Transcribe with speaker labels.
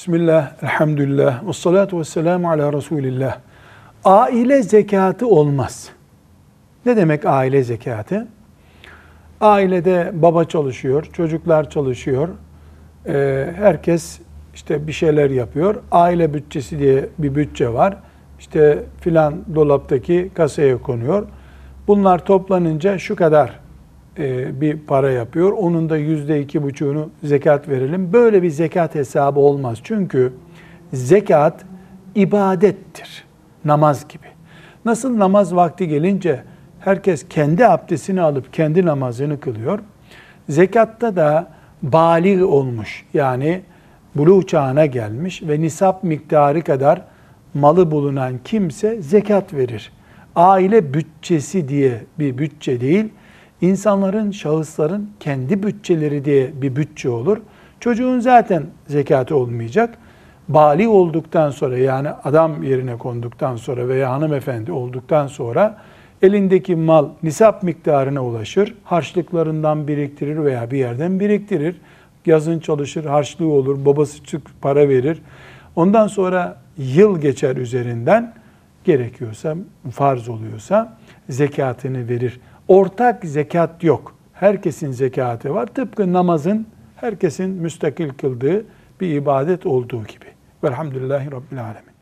Speaker 1: Bismillah, elhamdülillah, ve salatu ve selamu ala Resulillah. Aile zekatı olmaz. Ne demek aile zekatı? Ailede baba çalışıyor, çocuklar çalışıyor. Herkes işte bir şeyler yapıyor. Aile bütçesi diye bir bütçe var. İşte filan dolaptaki kasaya konuyor. Bunlar toplanınca şu kadar bir para yapıyor. Onun da %2,5'unu zekat verelim. Böyle bir zekat hesabı olmaz. Çünkü zekat ibadettir. Namaz gibi. Nasıl namaz vakti gelince herkes kendi abdestini alıp kendi namazını kılıyor. Zekatta da bâlig olmuş, yani buluğ çağına gelmiş ve nisap miktarı kadar malı bulunan kimse zekat verir. Aile bütçesi diye bir bütçe değil, İnsanların, şahısların kendi bütçeleri diye bir bütçe olur. Çocuğun zaten zekatı olmayacak. Bâli olduktan sonra, yani adam yerine konduktan sonra veya hanımefendi olduktan sonra elindeki mal nisap miktarına ulaşır. Harçlıklarından biriktirir veya bir yerden biriktirir. Yazın çalışır, harçlığı olur, babası çık para verir. Ondan sonra yıl geçer üzerinden, gerekiyorsa, farz oluyorsa zekatını verir. Ortak zekat yok. Herkesin zekatı var. Tıpkı namazın herkesin müstakil kıldığı bir ibadet olduğu gibi. Velhamdülillahi Rabbil Alemin.